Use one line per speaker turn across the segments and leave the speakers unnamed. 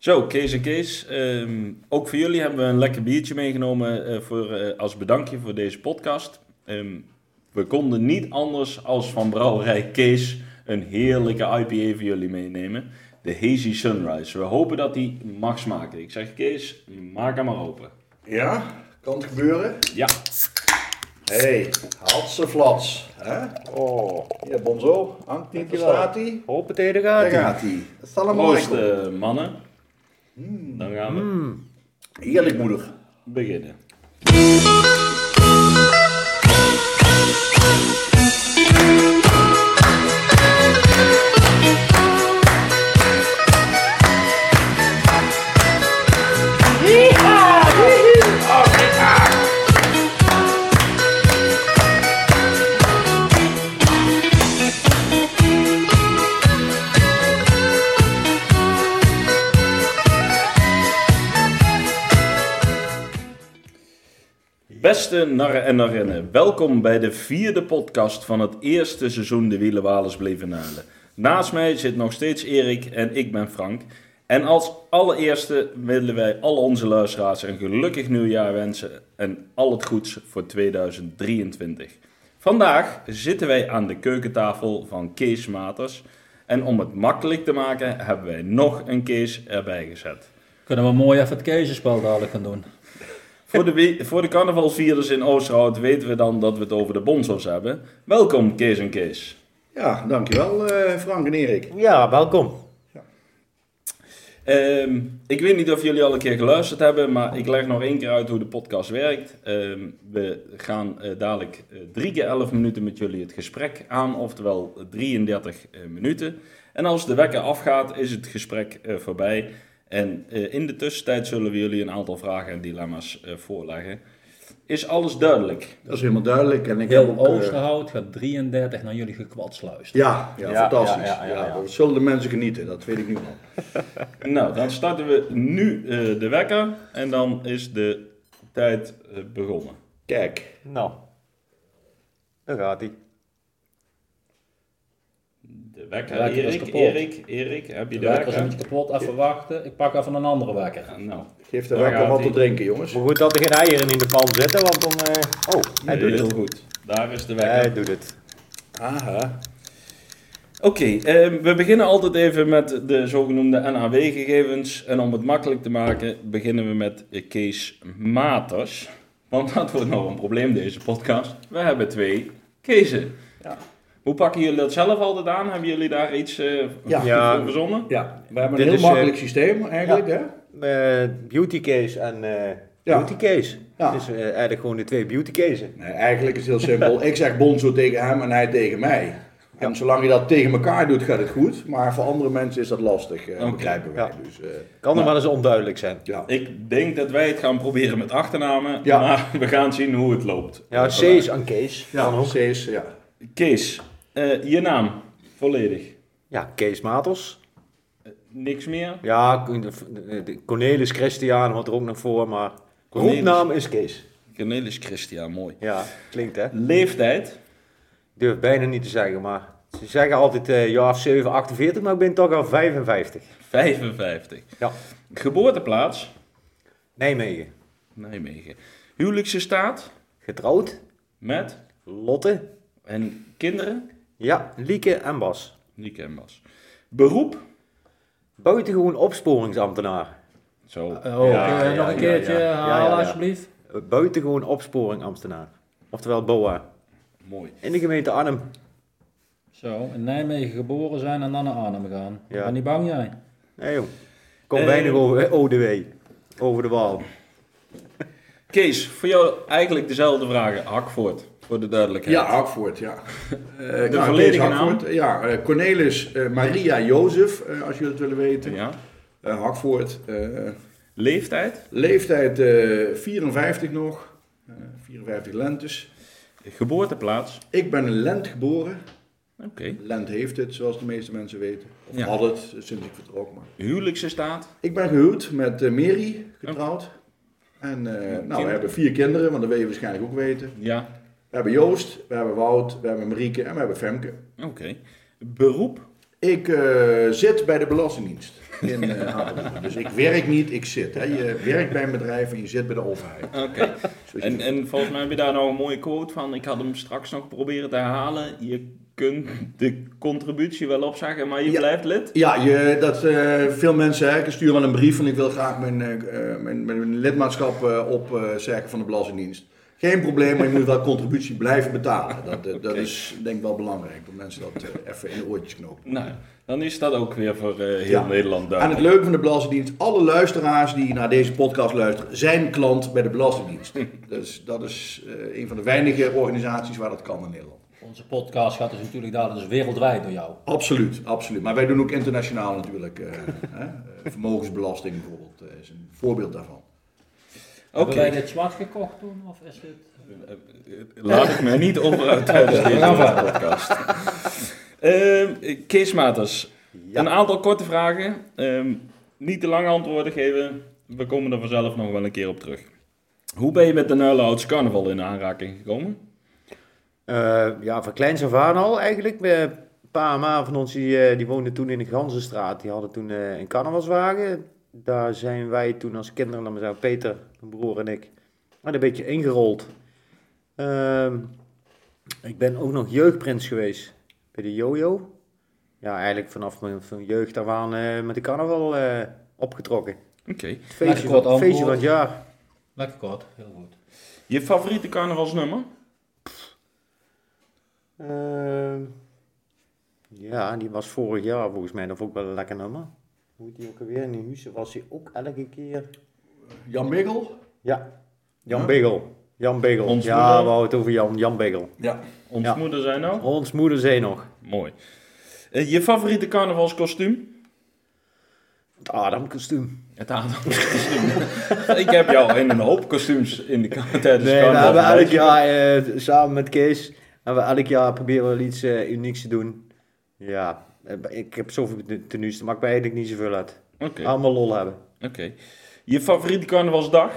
Zo, Kees en Kees. Ook voor jullie hebben we een lekker biertje meegenomen als bedankje voor deze podcast. We konden niet anders als van brouwerij Kees een heerlijke IPA voor jullie meenemen. De Hazy Sunrise. We hopen dat die mag smaken. Ik zeg Kees, maak hem maar open.
Ja, kan het gebeuren?
Ja.
Hey, hatseflats. Oh. Hier, bonzo. Hangt niet, daar staat hij.
Hoppatee, daar gaat
Daar
hij.
gaat hij. Dat is allemaal
Proost, mannen. Dan gaan we
heerlijk moeder.
beginnen. Beste narren en narrinnen, welkom bij de 4e podcast van het eerste seizoen De Wielenwalers bleven nalen. Naast mij zit nog steeds Erik en ik ben Frank. En als allereerste willen wij al onze luisteraars een gelukkig nieuwjaar wensen en al het goeds voor 2023. Vandaag zitten wij aan de keukentafel van Kees Maters. En om het makkelijk te maken hebben wij nog een Kees erbij gezet.
Kunnen we mooi even het kezenspel dadelijk gaan doen.
Voor de carnavalsvierders in Oosterhout weten we dan dat we het over de bonzo's hebben. Welkom Kees en Kees.
Ja, dankjewel Frank en Erik.
Ja, welkom.
Ik weet niet of jullie al een keer geluisterd hebben, maar ik leg nog één keer uit hoe de podcast werkt. We gaan dadelijk 3 keer 11 minuten met jullie het gesprek aan, oftewel 33 minuten. En als de wekker afgaat, is het gesprek voorbij. En in de tussentijd zullen we jullie een aantal vragen en dilemma's voorleggen. Is alles duidelijk?
Dat is helemaal duidelijk. En ik
Heel
heb ook,
Oosterhout gaat 33 naar jullie gekwats luisteren.
Ja, fantastisch. Ja, dat zullen de mensen genieten, dat weet ik nu al.
Nou, dan starten we nu de wekker en dan is de tijd begonnen.
Kijk.
Nou, daar gaat hij.
De wekker,
De wekker is kapot.
Erik, heb je de
De wekker is een
wekker?
beetje kapot, even wachten. Ik pak even een andere wekker.
Ja, nou,
Geef de
Daar
wekker
gaat
wat
hij.
te drinken, jongens.
Maar goed dat er geen eieren in de pan zitten, want dan... hij doet
heel
het.
goed. Daar is de wekker.
Hij doet het.
Aha.
Oké, we beginnen altijd even met de zogenoemde NAW-gegevens. En om het makkelijk te maken, beginnen we met Kees Maters. Want dat wordt nog een probleem, deze podcast. We hebben 2 Keezen.
Ja.
Hoe pakken jullie dat zelf altijd aan? Hebben jullie daar iets
Ja.
voor verzonnen?
Ja, we hebben
Dit
een heel
is,
makkelijk systeem eigenlijk, hè?
Beauty case en
Ja.
beauty case.
Ja.
Dus eigenlijk gewoon de 2 beauty cases.
Nee, eigenlijk is het heel simpel. Ik zeg bonzo tegen hem en hij tegen mij. En zolang je dat tegen elkaar doet, gaat het goed. Maar voor andere mensen is dat lastig, begrijpen wij.
Ja.
Dus,
Kan er wel eens onduidelijk zijn.
ja.
Ik denk dat wij het gaan proberen met achternamen.
Ja.
Maar we gaan zien hoe het loopt.
Ja, C is aan Kees. Kan
Ja,
ook.
C's, ja.
Kees, je naam, volledig.
Ja, Kees Maters.
Niks meer?
Ja, Cornelis Christian wordt er ook nog voor, maar
Cornelis.
roepnaam is Kees.
Cornelis Christian, mooi.
Ja, klinkt hè.
Leeftijd?
Ik durf bijna niet te zeggen, maar ze zeggen altijd jaar 7, 48, maar ik ben toch al 55.
55.
Ja.
Geboorteplaats?
Nijmegen.
Nijmegen. Huwelijkse staat?
Getrouwd.
Met?
Lotte.
En kinderen?
Ja, Lieke en Bas.
Lieke en Bas. Beroep?
Buitengewoon opsporingsambtenaar.
Zo.
Nog een keertje halen
ja.
alsjeblieft.
Buitengewoon opsporingambtenaar. Oftewel BOA.
Mooi.
In de gemeente Arnhem.
Zo, in Nijmegen geboren zijn en dan naar Arnhem gaan.
Ja.
Ben niet bang jij?
Nee joh. Kom weinig over ODW. Over de Waal.
Kees, voor jou eigenlijk dezelfde vragen. Hakvoort, voor de duidelijkheid.
Ja, Hakvoort, ja.
volledige
Kees
naam?
Hakvoort, ja, Cornelis Maria Jozef, als jullie het willen weten.
Ja.
Hakvoort.
Leeftijd?
Leeftijd 54 nog. 54 lentes.
Geboorteplaats?
Ik ben in Lent geboren.
Oké.
Lent heeft het, zoals de meeste mensen weten. Of
Ja.
had het, sinds ik vertrok. Maar.
Huwelijkse staat?
Ik ben gehuwd met Mary, getrouwd. En we hebben 4 kinderen, want dat wil je waarschijnlijk ook weten.
Ja.
We hebben Joost, we hebben Wout, we hebben Marieke en we hebben Femke.
Oké. Beroep?
Ik zit bij de Belastingdienst. in Apeldoorn. Dus ik werk niet, ik zit. Hè. Je werkt bij een bedrijf en je zit bij de overheid.
Oké. En volgens mij heb je daar nog een mooie quote van. Ik had hem straks nog proberen te halen. Je kunt de contributie wel opzeggen, maar je blijft lid?
Ja, veel mensen hè, sturen wel een brief van ik wil graag mijn lidmaatschap opzeggen van de Belastingdienst. Geen probleem, maar je moet wel contributie blijven betalen. Dat is denk ik wel belangrijk, dat mensen dat even in de oortjes knopen.
Nou, dan is dat ook weer voor heel Nederland duidelijk.
En het leuke van de Belastingdienst, alle luisteraars die naar deze podcast luisteren, zijn klant bij de Belastingdienst. Dus dat is een van de weinige organisaties waar dat kan in Nederland.
Onze podcast gaat dus natuurlijk daar dus wereldwijd door jou.
Absoluut, absoluut. Maar wij doen ook internationaal natuurlijk. Vermogensbelasting bijvoorbeeld is een voorbeeld daarvan.
Hebben wij dit zwart gekocht toen, of is dit...
Laat ik mij niet overuit tijdens deze podcast. Kees Maters, een aantal korte vragen. Niet te lange antwoorden geven. We komen er vanzelf nog wel een keer op terug. Hoe ben je met de Nuilenhoutse carnaval in aanraking gekomen?
Van kleins af aan al eigenlijk. Een paar maanden van ons die woonden toen in de Ganzenstraat. Die hadden toen een carnavalswagen. Daar zijn wij toen als kinderen, dan mezelf, Peter, mijn broer en ik, een beetje ingerold. Ik ben ook nog jeugdprins geweest bij de Jojo. Ja, eigenlijk vanaf mijn jeugd af aan met de carnaval opgetrokken.
Oké.
Het feestje van het jaar.
Lekker kort, heel goed.
Je favoriete carnavalsnummer?
Ja, die was vorig jaar volgens mij. Dat vond ik wel een lekker nummer. Hoe heet die ook alweer? In Husse was hij ook elke keer.
Jan Biggel?
Ja, Jan Biggel. Jan Biggel.
Ons
ja,
moeder.
we houden het over Jan Biggel.
Ja.
Ons moeder zijn nou?
Ons moeder zei nog.
Mooi. Je favoriete carnavalskostuum?
Het Adam-kostuum.
Het Adamskostuum. Ik heb jou in een hoop kostuums in de tijdens
Nee, we
carnaval.
hebben elk jaar, samen met Kees, hebben we elk jaar proberen wel iets unieks te doen. Ja, ik heb zoveel tenues, dat maakt mij eigenlijk niet zoveel uit.
Oké.
Allemaal lol hebben.
Oké. Je favoriete carnavalsdag?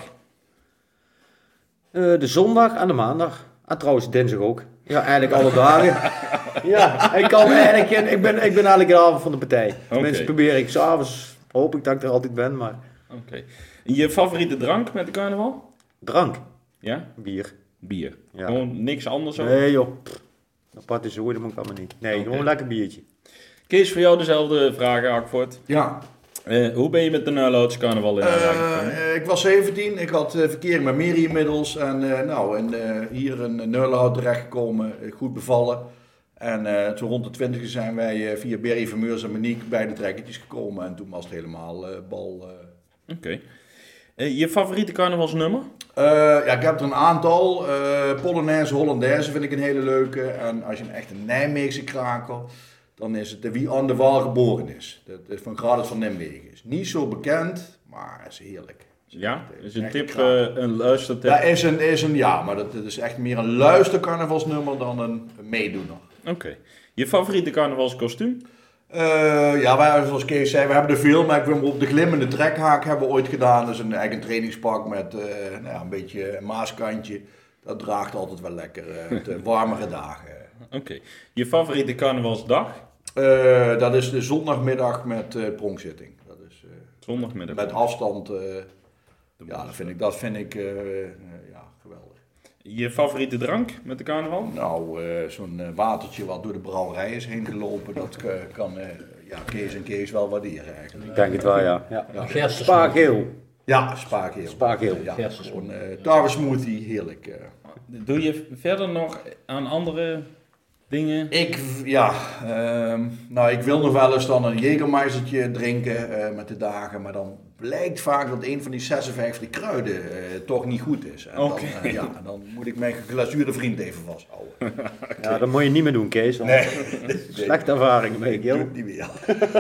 De zondag en de maandag. En trouwens dinsdag ook. Ja, eigenlijk alle dagen. Ja, ik ben eigenlijk de avond van de partij. Tenminste probeer ik. 's Avonds hoop ik dat ik er altijd ben, maar...
Oké. Je favoriete drank met de carnaval?
Drank.
Ja?
Bier.
Bier.
Ja.
Gewoon niks anders ook?
Nee joh. Apart is hoor, dat moet ik allemaal niet. Nee, gewoon een lekker biertje.
Kees, voor jou dezelfde vraag, Akvoort.
Ja.
Hoe ben je met de Nuilenhoutse carnaval in aanraking gekomen?
Ik was 17, ik had verkering met Mary inmiddels. En hier in Nuilenhout terechtgekomen, goed bevallen. En toen rond de 20 zijn wij via Berry Vermeurs en Monique bij de trekkertjes gekomen. En toen was het helemaal bal.
Oké. Je favoriete carnavalsnummer?
Ik heb er een aantal. Polonaise, Hollandaise vind ik een hele leuke. En als je een echte Nijmeegse kraker, dan is het de Wie aan de Waal geboren is. Dat is van Gradus van Nimwegen. Is niet zo bekend, maar is heerlijk.
Ja, is een
echt
tip,
kraker.
een luistertip.
Dat is een ja, maar dat is echt meer een luistercarnavalsnummer dan een meedoener.
Oké. Je favoriete carnavalskostuum?
Zoals Kees zei, we hebben er veel, maar ik wil op de glimmende trekhaak hebben we ooit gedaan. Dus een eigen trainingspak met een beetje een maaskantje. Dat draagt altijd wel lekker de warmere dagen.
Oké. Je favoriete carnavalsdag?
Dat is de zondagmiddag met pronkzitting. Dat is
Zondagmiddag.
met afstand. Dat vind ik geweldig.
Je favoriete drank met de carnaval?
Nou, zo'n watertje wat door de brouwerij is heen gelopen, dat kan Kees en Kees wel waarderen eigenlijk.
Ik denk het wel, ja.
Spaakeel.
Ja, spaakeel.
Spaakeel.
Ja, gewoon tarwe smoothie, heerlijk.
Doe je verder nog aan andere dingen?
Ik wil nog wel eens dan een Jägermeistertje drinken met de dagen, maar dan blijkt vaak dat een van die 56 kruiden toch niet goed is. En dan moet ik mijn geglazuurde vriend even vasthouden.
Ja, dat moet je niet meer doen, Kees.
Nee.
Slechte ervaring mee,
Ik doe
Gil.
het niet meer.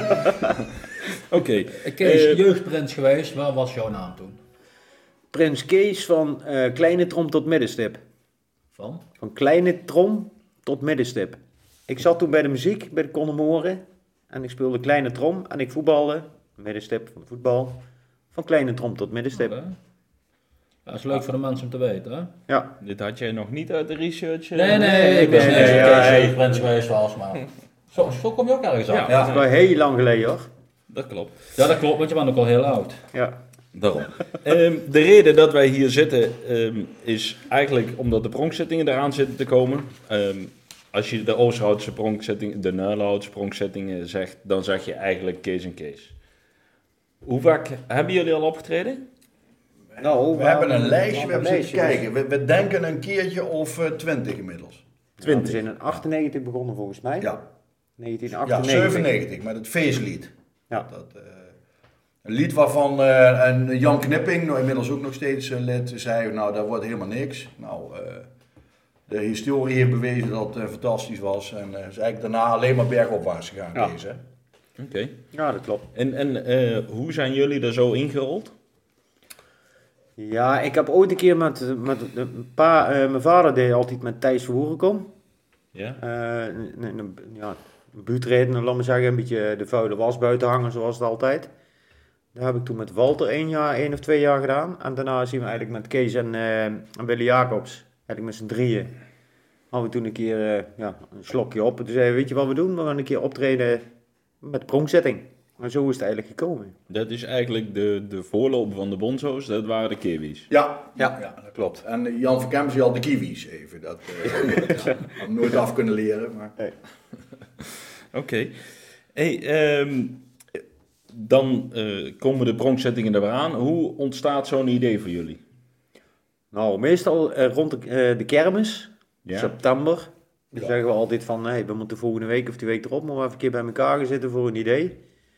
Oké.
Kees, jeugdprins geweest, waar was jouw naam toen?
Prins Kees van kleine trom tot middenstip.
Van?
Van kleine trom tot middenstip. Ik zat toen bij de muziek, bij de Connemoren. En ik speelde kleine trom en ik voetbalde. Middenstip van de voetbal. Van kleine trom tot middenstip.
Okay. Dat is leuk voor de mensen om te weten, hè?
Ja.
Dit had jij nog niet uit de research?
Nee, ik wist niet dat
nee,
Kees jeugdprins geweest was, maar... Zo kom je ook ergens aan.
Ja.
Dat is wel heel lang geleden hoor.
Dat klopt.
Ja, dat klopt, want je bent ook al heel oud.
Ja.
Daarom. De reden dat wij hier zitten is eigenlijk omdat de pronkzittingen eraan zitten te komen. Als je de Oosterhoutse pronkzitting, de Nuilenhoutse pronkzittingen zegt, dan zeg je eigenlijk Kees en Kees. Hoe vaak hebben jullie al opgetreden?
Nou,
We hebben een lijstje, we
een
hebben zitten
lijstje.
kijken. We denken een keertje of 20 inmiddels.
Ja, we zijn in 98 begonnen volgens mij.
Ja,
1998.
97 met het feestlied.
Ja.
Een lied waarvan en Jan Knipping, nou, inmiddels ook nog steeds lid, zei, nou dat wordt helemaal niks. Nou, de historie heeft bewezen dat het fantastisch was en is eigenlijk daarna alleen maar bergopwaarts gegaan,
Ja.
Kees, hè?
Oké.
Ja, dat klopt.
En hoe zijn jullie er zo ingerold?
Ja, ik heb ooit een keer met een mijn vader deed altijd met Thijs Verhoerenkom.
Ja.
Een buurtreden, laat maar zeggen, een beetje de vuile was buiten hangen zoals het altijd. Dat heb ik toen met Walter 1 of 2 jaar gedaan. En daarna zien we eigenlijk met Kees en Willy Jacobs, eigenlijk met z'n drieën, hadden we toen een keer een slokje op. En toen zeiden we, weet je wat we doen? We gaan een keer optreden met pronkzitting. En zo is het eigenlijk gekomen.
Dat is eigenlijk de voorloper van de bonzo's, dat waren de Kiwis.
Ja,
Ja.
ja, dat klopt. En Jan van Kempen had de kiwis even. Dat had hem nooit af kunnen leren. Maar...
Oké. Hey, dan komen de pronkzittingen eraan. Hoe ontstaat zo'n idee voor jullie?
Nou, meestal rond de kermis,
Ja.
september. Dan
Ja.
zeggen we altijd van, hey, we moeten volgende week of die week erop maar even een keer bij elkaar gaan zitten voor een idee.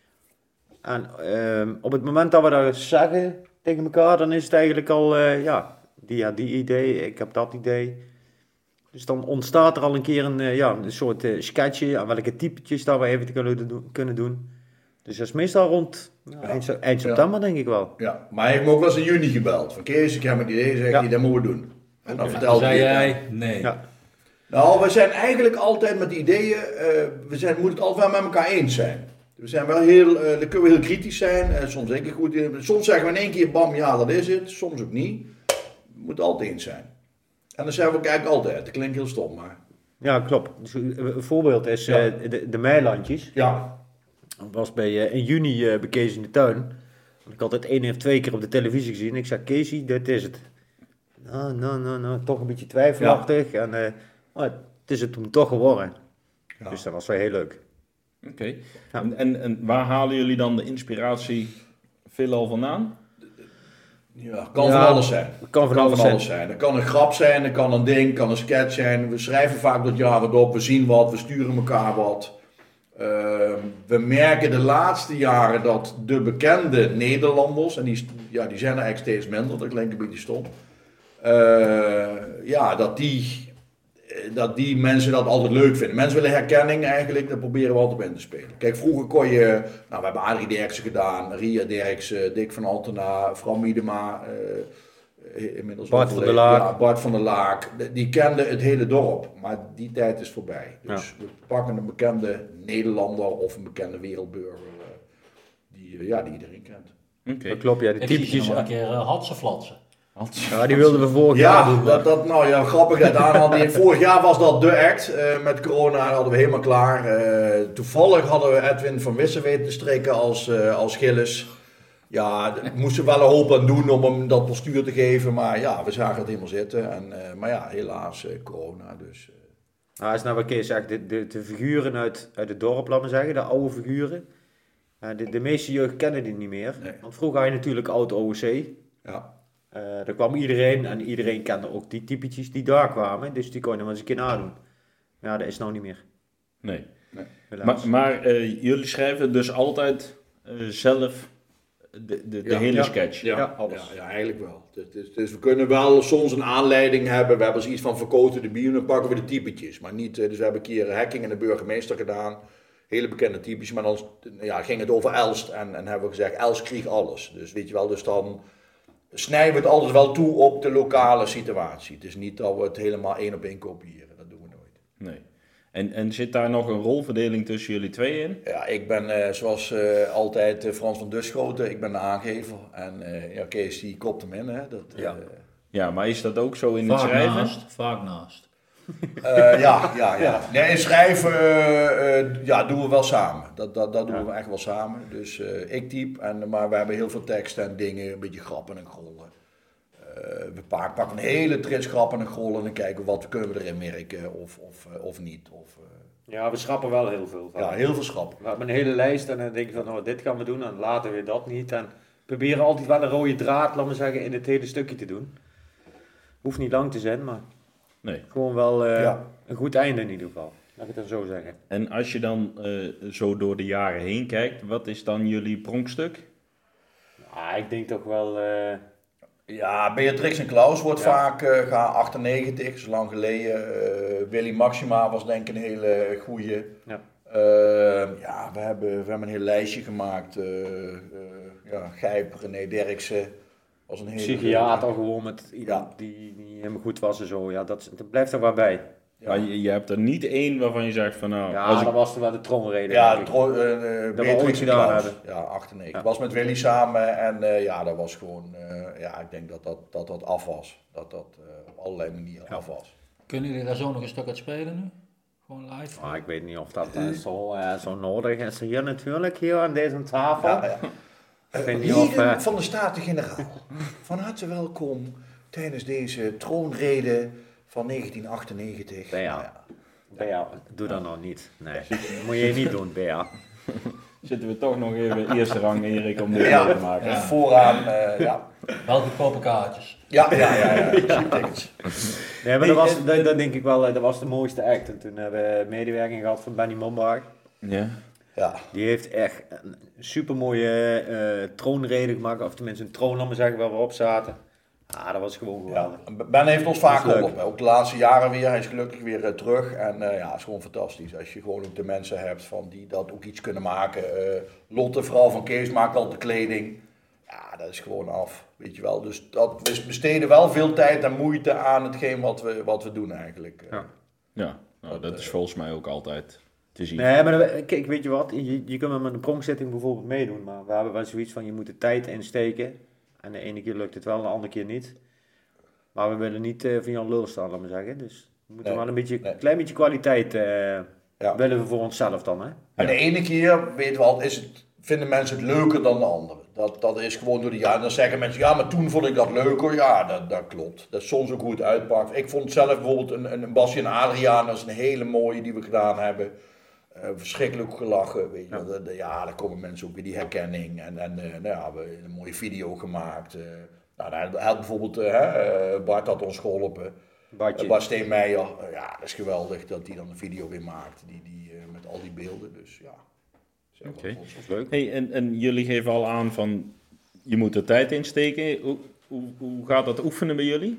En op het moment dat we dat zeggen tegen elkaar, dan is het eigenlijk al, die idee, ik heb dat idee. Dus dan ontstaat er al een keer een soort sketchje aan welke typetjes dat we even kunnen doen. Dus dat is meestal rond eind september, denk ik wel.
Ja, maar hij heeft me ook wel eens in juni gebeld. Van Kees, ik heb een idee, zeg
Ja.
hij, dat moeten we doen. En dan
Toen
vertelde
zei
hij
jij, nee.
Ja.
Nou, we zijn eigenlijk altijd met die ideeën, we moeten het altijd wel met elkaar eens zijn. We zijn wel dan kunnen we heel kritisch zijn, soms denk ik goed. Soms zeggen we in één keer, bam, ja, dat is het. Soms ook niet. We moeten altijd eens zijn. En dan zeggen we ook eigenlijk altijd, dat klinkt heel stom, maar...
Ja, klopt. Dus, een voorbeeld is
Ja.
de meilandjes.
Ja,
Dat was in juni bij Kees in de tuin. Ik had het 1 of 2 keer op de televisie gezien. Ik zei, Keesie, dit is het. Nou, toch een beetje twijfelachtig. En, maar het is het toen toch geworden.
Ja.
Dus dat was wel heel leuk.
Oké.
Ja.
En waar halen jullie dan de inspiratie veelal vandaan?
ja kan
Ja,
van alles zijn.
Het kan van alles zijn.
Dat kan een grap zijn, dat kan een ding, kan een sketch zijn. We schrijven vaak dat jaar wat op, we zien wat, we sturen elkaar wat. We merken de laatste jaren dat de bekende Nederlanders, en die zijn er eigenlijk steeds minder, dat klinkt een beetje stom. Dat die mensen dat altijd leuk vinden. Mensen willen herkenning eigenlijk, daar proberen we altijd op in te spelen. Kijk, vroeger kon je, we hebben Adrie Derksen gedaan, Ria Derksen, Dick van Altena, Frau Miedema, inmiddels
Bart van
overleden.
der Laak.
Ja, Bart van der Laak. Die kenden het hele dorp, maar die tijd is voorbij. Dus we pakken een bekende Nederlander of een bekende wereldburger die iedereen kent.
Oké.
Dat klopt, ja. De
Ik zie
typetjes.
nog wel een keer Hatsenflatsen.
Ja, die wilden we vorig jaar
Ja,
doen.
grappig dat aan. Vorig jaar was dat de act. Met corona hadden we helemaal klaar. Toevallig hadden we Edwin van Wissen weten te strikken als Gilles. Ja, we moesten wel een hoop aan doen om hem dat postuur te geven. Maar ja, we zagen het helemaal zitten. Maar ja, helaas corona. Dus,
Nou, is nou wat Kees zegt, de figuren uit het dorp, laten we zeggen, de oude figuren. De meeste jeugd kennen die niet meer.
Nee.
Want vroeger had je natuurlijk oud OOC.
ja.
Daar kwam iedereen en iedereen kende ook die typetjes die daar kwamen. Dus die kon je nog eens een keer nadoen. Ja, dat is nou niet meer.
Nee.
Helaas.
Maar jullie schrijven dus altijd zelf de hele sketch?
Ja,
Ja,
alles. Ja, eigenlijk wel. Dus we kunnen wel soms een aanleiding hebben. We hebben zoiets van verkoten de bier, dan pakken we de typetjes. Maar niet, dus we hebben een keer Hekking en de burgemeester gedaan. Hele bekende typetjes. Maar dan ging het over Elst. En hebben we gezegd, Elst kreeg alles. Dus weet je wel, dus dan snijden we het altijd wel toe op de lokale situatie. Het is niet dat we het helemaal 1 op 1 kopiëren. Dat doen we nooit.
Nee. En zit daar nog een rolverdeling tussen jullie twee in?
Ja, ik ben zoals altijd Frans van Duschoten. Ik ben de aangever. En Kees die kopt hem in. Hè.
Ja, maar is dat ook zo in het schrijven?
Vaak naast.
Ja. Nee, schrijven doen we wel samen. Dat doen we echt wel samen. Dus ik type, maar we hebben heel veel teksten en dingen, een beetje grappen en grollen. We pakken een hele trits grappen en grollen en kijken wat kunnen we erin merken of niet.
Ja, we schrappen wel heel veel.
Ja, heel veel schrappen.
We hebben een hele lijst en dan denk je van, nou, dit gaan we doen en later weer dat niet. En proberen altijd wel een rode draad, laten we zeggen, in het hele stukje te doen. Hoeft niet lang te zijn, maar
Nee.
gewoon wel een goed einde in ieder geval. Laat ik het dan zo zeggen.
En als je dan zo door de jaren heen kijkt, wat is dan jullie pronkstuk?
Ik denk toch wel...
Ja, Beatrix en Klaus wordt vaak 98, zo lang geleden. Willy Maxima was denk ik een hele goeie.
Ja.
We hebben een heel lijstje gemaakt. Gijp, René Derksen was een hele...
Psychiater gewoon met iemand die helemaal goed was en zo. Ja, dat blijft er wel bij.
Ja.
Maar je hebt er niet één waarvan je zegt van nou...
Ja, dat was er wel de troonrede.
Ja,
denk ik.
Beatrix en
gedaan
Klaus.
hebben.
Ja, 98.
Ja.
Ik was met Willy samen en dat was gewoon... ik denk dat af was. Dat op allerlei manieren af was.
Kunnen jullie daar zo nog een stuk uit spelen nu? Gewoon live?
Ik weet niet of dat zo nodig is hier natuurlijk, hier aan deze tafel.
Ja.
Ik weet niet of...
Heren van de Staten-Generaal, van harte welkom tijdens deze troonrede van 1998.
Bea, doe dat nou niet. Nee, dat moet je niet doen, Bea.
Zitten we toch nog even eerste rang, Erik, om dit mee te maken.
Dus vooraan,
Wel goedkope kaartjes.
Ja. Tickets.
Nee, maar dat denk ik wel, dat was de mooiste act. En toen hebben we medewerking gehad van Benny Mombach.
Ja.
Ja.
Die heeft echt een supermooie troonrede gemaakt, of tenminste een troon, laat maar zeggen, waar we op zaten. Dat was gewoon geweldig.
Ben heeft ons vaak
Dat is leuk.
geholpen. Ook de laatste jaren weer. Hij is gelukkig weer terug. En het is gewoon fantastisch. Als je gewoon ook de mensen hebt van die dat ook iets kunnen maken. Lotte, vrouw van Kees, maakt al de kleding. Ja, dat is gewoon af. Weet je wel. Dus we besteden wel veel tijd en moeite aan hetgeen wat we doen eigenlijk.
Ja, nou, dat is volgens mij ook altijd te zien.
Nee, maar kijk, weet je wat? Je kunt met een pronkzitting bijvoorbeeld meedoen, maar we hebben wel zoiets van, je moet de tijd insteken. En de ene keer lukt het wel, de andere keer niet. Maar we willen niet van Jan Lul staan, laat maar zeggen. Dus we moeten wel een klein beetje kwaliteit willen we voor onszelf dan, hè?
En de ene keer, weten we al, vinden mensen het leuker dan de andere. Dat is gewoon door de jaren. Dan zeggen mensen, ja, maar toen vond ik dat leuker. Ja, dat klopt. Dat is soms ook hoe het uitpakt. Ik vond zelf bijvoorbeeld een Bassie en Adriaan, dat is een hele mooie die we gedaan hebben. Verschrikkelijk gelachen, weet je. Dan komen mensen ook weer die herkenning. En we hebben een mooie video gemaakt. Daar had bijvoorbeeld, Bart had ons geholpen. Bart Steenmeijer. Dat is geweldig dat hij dan een video weer maakt. Die met al die beelden, dus ja.
Oké.
Dat is leuk.
Hey, en jullie geven al aan van, je moet er tijd insteken. Hoe gaat dat oefenen bij jullie?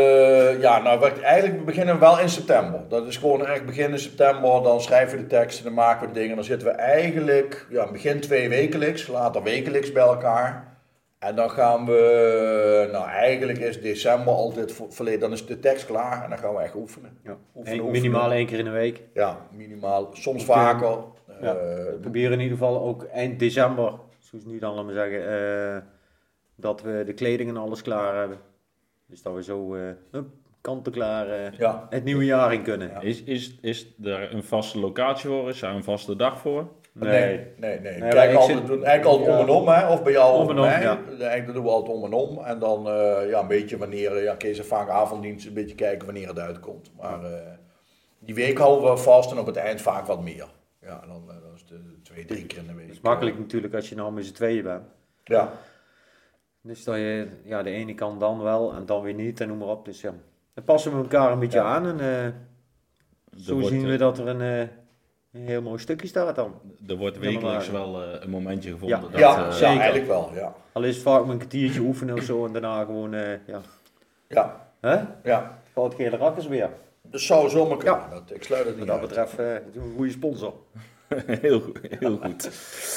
Eigenlijk beginnen we wel in september. Dat is gewoon echt begin september. Dan schrijven we de teksten, dan maken we de dingen. Dan zitten we eigenlijk, begin 2 wekelijks, later wekelijks bij elkaar. En dan gaan we, eigenlijk is december altijd volledig, dan is de tekst klaar en dan gaan we echt oefenen.
Ja.
Oefenen.
Minimaal 1 keer in de week.
Ja, minimaal. Soms vaker.
We proberen in ieder geval ook eind december, zoals nu dan, laten we zeggen, dat we de kleding en alles klaar hebben. Dus dat we zo kant-en-klaar het nieuwe jaar in kunnen.
Ja.
Is er een vaste locatie voor? Is daar een vaste dag voor?
Nee. Kijk, altijd om en om, hè? Of bij jou of bij mij.
Ja.
Eigenlijk doen we altijd om en om. En dan een beetje wanneer, Kees heeft vaak avonddienst, een beetje kijken wanneer het uitkomt. Maar die week houden we vast en op het eind vaak wat meer. Ja, dan is het 2-3 keer in de week.
Het is makkelijk natuurlijk als je nou met z'n tweeën bent.
Ja.
Dus dat je, de ene kan dan wel en dan weer niet en noem maar op. Dus ja, dan passen we elkaar een beetje aan en zo zien we dat er een heel mooi stukje staat dan.
Er wordt wekelijks wel een momentje gevonden.
Zeker.
Eigenlijk wel, ja.
Al is het vaak een kwartiertje oefenen of zo en daarna gewoon,
Ja.
Hè?
Ja.
Valt gele rakkers weer.
Dat zou zomaar kunnen. Ik sluit het niet
Wat dat
uit.
betreft, een goede sponsor.
Heel goed.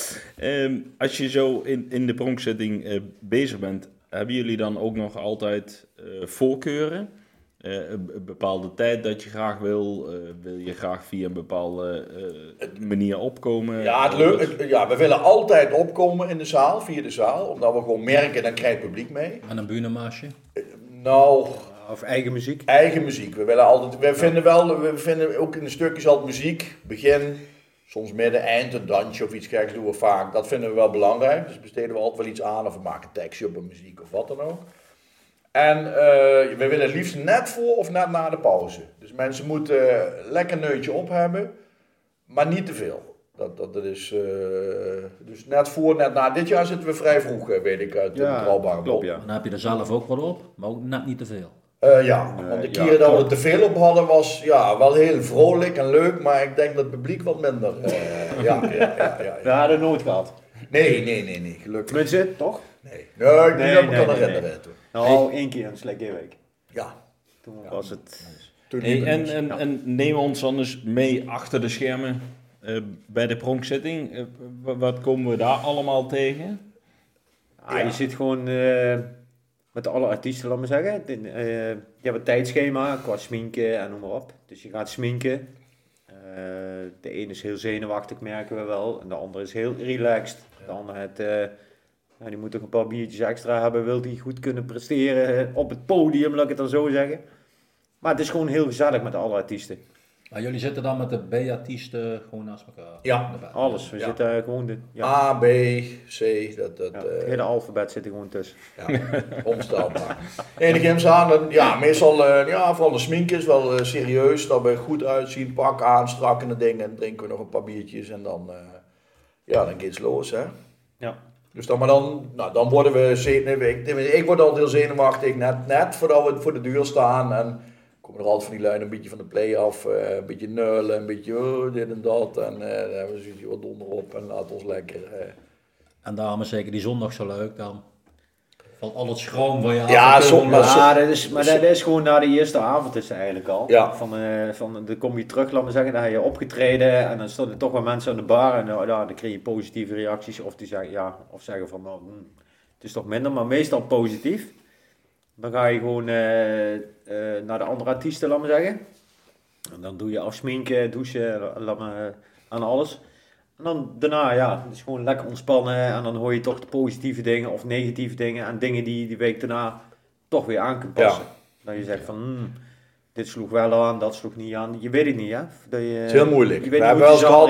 Als je zo in de pronkzitting bezig bent, hebben jullie dan ook nog altijd voorkeuren? Een bepaalde tijd dat je graag wil je graag via een bepaalde manier opkomen?
Ja, we willen altijd opkomen in de zaal, via de zaal. Omdat we gewoon merken, dan krijgt het publiek mee.
En een buurtmaasje.
Nou,
of eigen muziek.
Eigen muziek. We vinden ook in de stukjes altijd muziek. Begin, soms midden, eind, een dansje of iets geks doen we vaak. Dat vinden we wel belangrijk. Dus besteden we altijd wel iets aan of we maken tekstje op een muziek of wat dan ook. En we willen het liefst net voor of net na de pauze. Dus mensen moeten lekker neutje op hebben, maar niet te veel. Dat is dus net voor, net na. Dit jaar zitten we vrij vroeg, weet ik, uit de betrouwbare
klopt,
bron.
ja.
Dan heb je er zelf ook wat op, maar ook net niet te veel.
Want de keren dat we er te veel op hadden was wel heel vrolijk en leuk, maar ik denk dat het publiek wat minder.
We hadden nooit gehad.
Nee, gelukkig.
Tenminste, toch?
Nee, niet dat ik me kan herinneren.
Nou, 1 keer een slechte week.
Ja.
Toen was het...
Hey, en neem ons dan eens mee achter de schermen bij de pronkzitting. Wat komen we daar allemaal tegen?
Je zit gewoon met alle artiesten, laat maar zeggen. Je hebt een tijdschema qua sminken en noem maar op. Dus je gaat sminken. De ene is heel zenuwachtig, merken we wel. En de andere is heel relaxed. De andere die moet toch een paar biertjes extra hebben. Wil die goed kunnen presteren op het podium, laat ik het dan zo zeggen. Maar het is gewoon heel gezellig met alle artiesten.
Maar jullie zitten dan met de B-artiesten gewoon naast elkaar?
Ja,
alles. We zitten gewoon
A, B, C,
het hele alfabet zit er gewoon tussen.
Ja, omstelbaar. Nee, de games aan, meestal, vooral de smink is wel serieus, dat we er goed uitzien, pak aan, strak in de dingen, en drinken we nog een paar biertjes en dan gaat het los, hè.
Ja.
Dus dan worden we ik word altijd heel zenuwachtig, net voordat we voor de deur staan en komen er altijd van die lui een beetje van de play af, een beetje neulen, een beetje dit en dat en dan hebben we zoiets wat donder op en laat ons lekker.
En daarom is zeker die zondag zo leuk dan. Valt al het schroom van je af.
Ja,
dat is gewoon na de eerste avond is het eigenlijk al.
Ja.
Dan kom je terug, laat maar zeggen, dan heb je opgetreden en dan stonden toch wel mensen aan de bar en dan kreeg je positieve reacties of die zeggen of zeggen van het is toch minder, maar meestal positief. Dan ga je gewoon naar de andere artiesten, laat maar zeggen. En dan doe je afsminken, douchen, aan alles. En dan daarna, het is gewoon lekker ontspannen en dan hoor je toch de positieve dingen of negatieve dingen en dingen die die week daarna toch weer aan kunt passen. Dat je zegt van, dit sloeg wel aan, dat sloeg niet aan. Je weet het niet, hè? Het
is heel moeilijk.
We hebben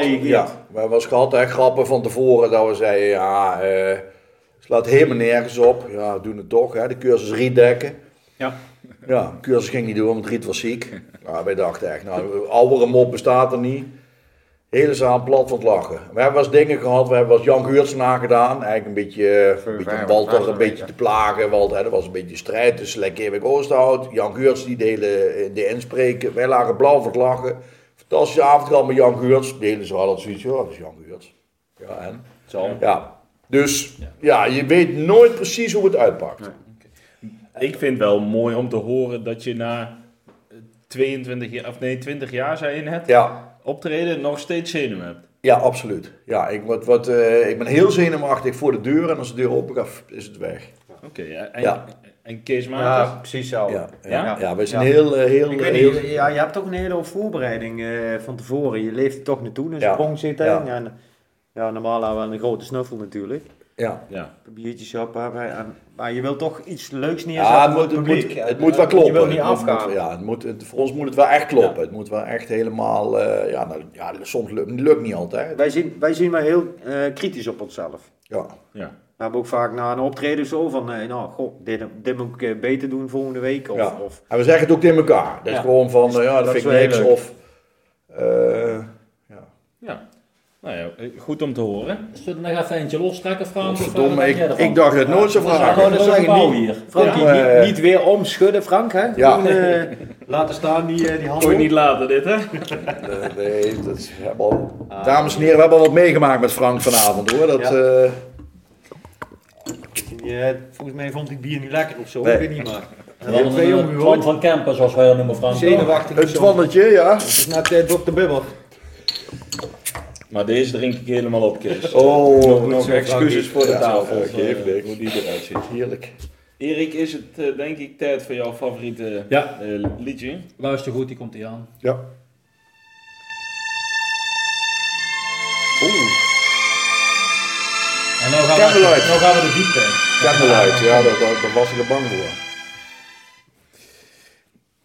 wel eens gehad, grappen van tevoren dat we zeiden, slaat helemaal nergens op. Ja, we doen het toch, hè? De cursus Riet dekken.
Ja.
Ja, de cursus ging niet door, want Riet was ziek. Wij dachten echt, oudere mop bestaat er niet. Hele zaal plat van het lachen. We hebben wel eens dingen gehad, we hebben wel eens Jan Geurts nagedaan. Eigenlijk een beetje Walter een beetje te plagen. Want er was een beetje strijd tussen Lekkerwijk Oosthout. Jan Geurts die de inspreken. Wij lagen blauw van het lachen. Fantastische avond gehad met Jan Geurts. De hele zaal had zoiets, dat is Jan Geurts. Ja, en?
Zo.
Ja. Dus je weet nooit precies hoe het uitpakt.
Nee. Ik vind het wel mooi om te horen dat je na 20 jaar zei je net, optreden nog steeds zenuwen hebt.
Ja, absoluut. Ja, ik ben heel zenuwachtig voor de deur en als de deur open gaat, is het weg.
Oké, en Kees Maarten?
Ja, precies zo.
Ja, wij zijn heel...
Ik weet niet, je hebt toch een hele hoop voorbereiding van tevoren. Je leeft er toch naartoe, een sprong zitten. Ja, normaal hebben we een grote snuffel natuurlijk.
Ja.
Biertjes op, maar je wilt toch iets leuks neerzetten voor het publiek.
Het moet wel kloppen.
Je wilt niet afgaan.
Voor ons moet het wel echt kloppen. Ja. Het moet wel echt helemaal... soms lukt niet altijd.
Wij zien maar heel kritisch op onszelf.
Ja.
We hebben ook vaak na een optreden zo van... dit moet ik beter doen volgende week.
En we zeggen het ook tegen elkaar. Dat is gewoon van... dat vind ik niks. Of...
Nou ja, goed om te horen.
Zullen we nog even eentje lostrekken, Frank?
Ik dacht het nooit zo vragen.
Frank,
niet weer omschudden, Frank, hè?
Ja.
Laten staan die handel.
Kon je niet laten dit, hè?
Nee, dat is helemaal... Dames en heren, we hebben al wat meegemaakt met Frank vanavond, hoor.
Volgens mij vond ik bier niet lekker of zo.
Nee.
Ik weet niet maar.
Twan van Kempen, zoals wij dat noemen, Frank.
Zenuwachtig.
Het Twannetje, ja.
Het is net Dr. Bubber.
Maar deze drink ik helemaal op, Kees.
Nog
excuses voor de tafel.
Ik moet niet eruit zien. Heerlijk.
Erik, is het denk ik tijd voor jouw favoriete liedje?
Luister goed, die komt hier aan.
Ja.
En nou gaan we de diepte in.
Candlelight, daar was ik er bang voor.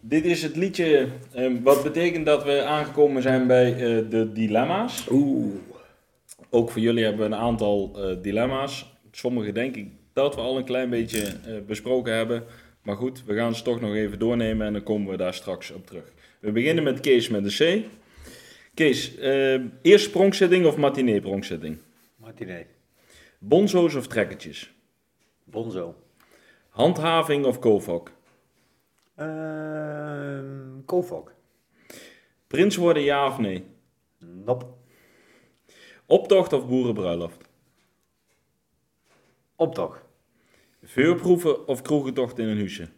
Dit is het liedje, wat betekent dat we aangekomen zijn bij de dilemma's. Ook voor jullie hebben we een aantal dilemma's. Sommige denk ik dat we al een klein beetje besproken hebben. Maar goed, we gaan ze toch nog even doornemen en dan komen we daar straks op terug. We beginnen met Kees met de C. Kees, eerst pronkzitting of matinee pronkzitting?
Matinee.
Bonzo's of trekkertjes?
Bonzo.
Handhaving of kofok?
Kofok.
Prins worden ja of nee?
Nop.
Optocht of boerenbruiloft?
Optocht.
Vuurproeven of kroegentocht in een huisje?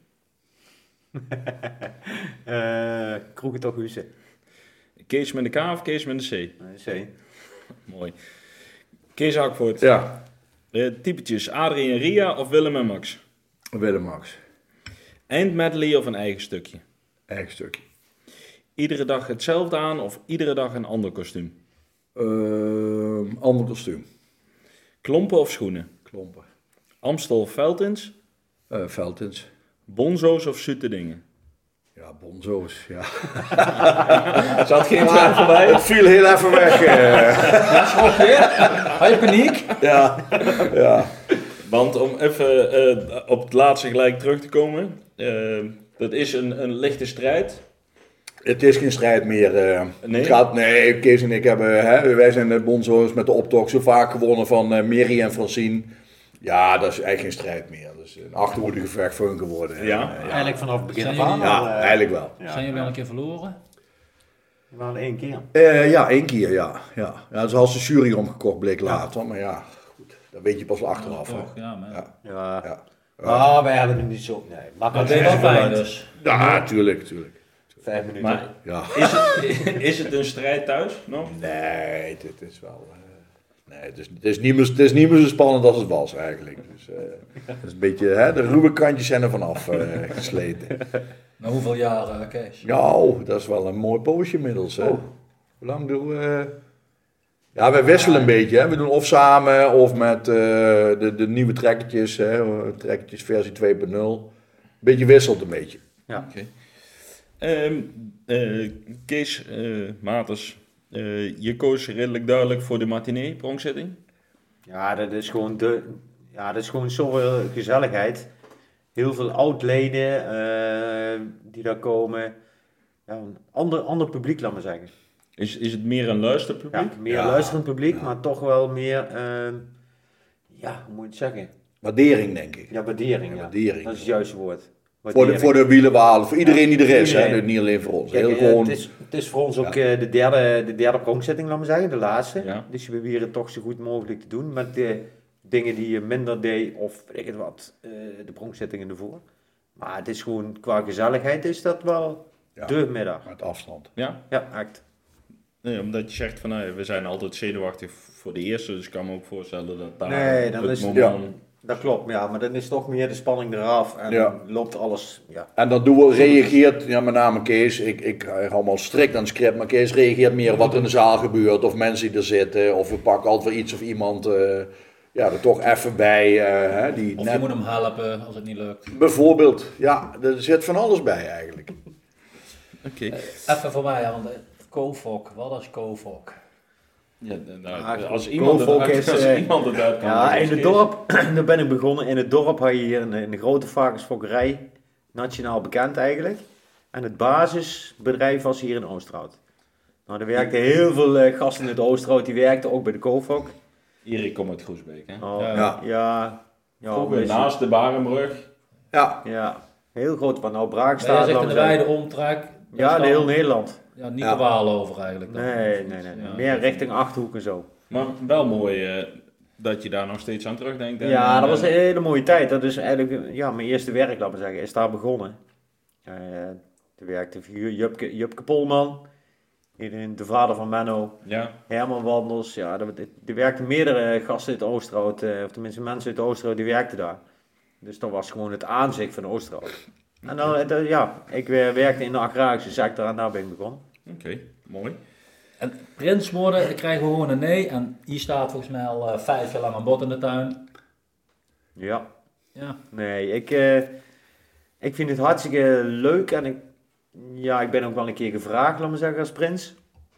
Kroegentocht Husse.
Kees met de K of Kees met de C?
C.
Mooi. Kees Hakvoort.
Ja,
Typetjes Adrie en Ria of Willem en Max?
Willem Max.
Eindmedley of een eigen stukje?
Eigen stukje.
Iedere dag hetzelfde aan of iedere dag een ander kostuum?
Ander kostuum.
Klompen of schoenen?
Klompen.
Amstel of Veltins?
Veldins.
Bonzo's of zoete dingen?
Ja, bonzo's, ja.
Zat geen twijfel bij?
Het viel heel even weg.
Ja, schrok je? Had je paniek?
Ja.
Want om even op het laatste gelijk terug te komen. Dat is een lichte strijd.
Het is geen strijd meer.
Nee?
Kees en ik hebben, wij zijn de bonzo's met de optocht zo vaak gewonnen van Mary en Francine. Ja, dat is eigenlijk geen strijd meer. Dat is een achterhoedegevecht voor hun geworden.
Ja.
Eigenlijk vanaf het begin
Zijn
af aan.
jullie-
Ja, eigenlijk wel.
Zijn jullie al een keer verloren?
We waren 1 keer.
Ja, 1 keer, ja. Ja, dat is als de jury omgekocht bleek later. Maar ja, goed. Dat weet je pas achteraf. Hè.
Toch, ja, man.
Ja.
Ja.
Ja.
Ah, wij hebben het niet zo. Nee,
Maar
makkelijk.
dat is wel fijn dus.
Ja, tuurlijk.
5 minuten.
Maar
Ja.
is het een strijd thuis nog?
Nee, dit is wel... nee, het is niet meer zo spannend als het was eigenlijk. Dus, het is een beetje, de ruwe kantjes zijn er vanaf gesleten.
Na hoeveel jaar, Kees?
Ja, dat is wel een mooi poosje inmiddels. Hè. Hoe lang doen we... Ja, wij wisselen een beetje. Hè. We doen of samen of met de nieuwe trekkertjes. Trekkertjes versie 2.0. Beetje wisselt een beetje.
Ja.
Oké. Kees Maters, je koos redelijk duidelijk voor de matinee pronkzitting.
Ja, dat is gewoon zoveel gezelligheid. Heel veel oud-leden die daar komen. Ja, een ander publiek, laat maar zeggen.
Is het meer een luisterpubliek?
Ja, meer
Ja.
luisterend publiek, maar toch wel meer, hoe moet je het zeggen?
Waardering, denk ik.
Ja, waardering.
Ja,
Ja,
waardering.
dat is het juiste woord.
Voor
Waardering.
de wielenwalen, voor iedereen die er is. Hè.
Iedereen.
Niet alleen voor ons.
Kijk,
Heel gewoon...
het is voor ons ook de derde pronkzitting, laat maar zeggen, de laatste.
Ja.
Dus we proberen het toch zo goed mogelijk te doen met de dingen die je minder deed of weet ik het wat, de pronkzittingen ervoor. Maar het is gewoon, qua gezelligheid is dat wel
Ja.
de middag.
Met afstand.
Ja?
Ja, echt.
Nee, omdat je zegt van we zijn altijd zenuwachtig voor de eerste, dus ik kan me ook voorstellen dat daar
Nee, dan
het
is-
moment...
Dat klopt, ja, maar dan is toch meer de spanning eraf en
Ja.
loopt alles, ja.
En dan reageert, met name Kees, ik hou allemaal strikt aan het script, maar Kees reageert meer wat er in de zaal gebeurt, of mensen die er zitten, of we pakken altijd weer iets of iemand er toch even bij. Die
Of
net,
je moet hem helpen als het niet lukt.
bijvoorbeeld, ja, er zit van alles bij eigenlijk.
Oké.
Even voor mij, want kofok, wat is kofok?
Ja,
Ah,
als iemand
Kofok
het
is,
iemand het uit kan
Ja,
leggen,
in
is
het
Kees.
dorp, daar ben ik begonnen. In het dorp had je hier een grote varkensfokkerij, nationaal bekend eigenlijk. En het basisbedrijf was hier in Oosterhout. Nou, er werkten heel veel gasten in het Oosterhout, die werkten ook bij de Kofok.
Erik komt uit Groesbeek, hè?
Oh,
Ja.
ja.
Vroeger
weet je.
naast de Barenbrug.
Ja,
Ja, heel groot, wat nou
Maar
Braakstaat.
jij zegt
laat
in de
maar zeggen.
wijde omtrek. dat
Ja,
is
in
dan-
heel Nederland.
Ja, niet
Ja.
de Waal over eigenlijk. dan.
Nee.
Ja.
Meer richting Achterhoek en zo.
Maar wel mooi dat je daar nog steeds aan terugdenkt. En,
Ja, dat was een hele mooie tijd. Dat is eigenlijk mijn eerste werk, laat maar zeggen, is daar begonnen. Toen werkte Jupke Polman, de vader van Menno,
Ja,
Herman Wandels. Ja, er werkten meerdere gasten uit Oosterhout, of tenminste mensen uit Oosterhout, die werkten daar. Dus dat was gewoon het aanzicht van Oosterhout. En dan, ik werkte in de agrarische sector en daar ben ik begonnen.
oké, mooi.
En prins worden, dan krijgen we gewoon een nee. En hier staat volgens mij al 5 jaar lang een bot in de tuin.
Ja.
Ja.
Nee, ik vind het hartstikke leuk en Ja, ik ben ook wel een keer gevraagd, laat me zeggen, als prins.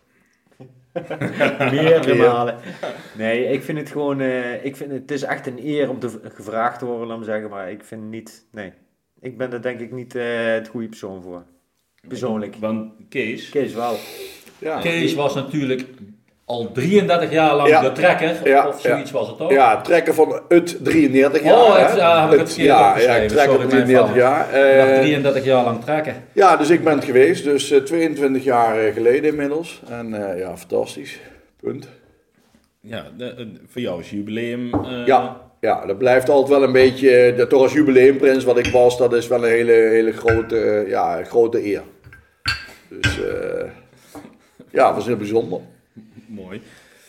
Meerdere malen. Nee, ik vind het gewoon, het is echt een eer om gevraagd te worden, laat me zeggen, maar ik vind niet, nee. Ik ben er denk ik niet het goede persoon voor. Persoonlijk.
Want
Kees wel.
Ja.
Kees was natuurlijk al 33 jaar lang de trekker, of zoiets was het toch?
Ja, trekken van het 33 jaar.
Oh,
hè?
heb ik het verkeerd opgeschreven.
ik trek
Sorry,
het
mijn
33
fout.
jaar.
Nog 33 jaar lang trekken.
Ja, dus ik ben het geweest. Dus 22 jaar geleden inmiddels. En ja, fantastisch. Punt.
Ja, voor jou is jubileum.
Ja, dat blijft altijd wel een beetje, toch als jubileumprins wat ik was, dat is wel een hele grote eer. Dus ja, dat was heel bijzonder.
Mooi.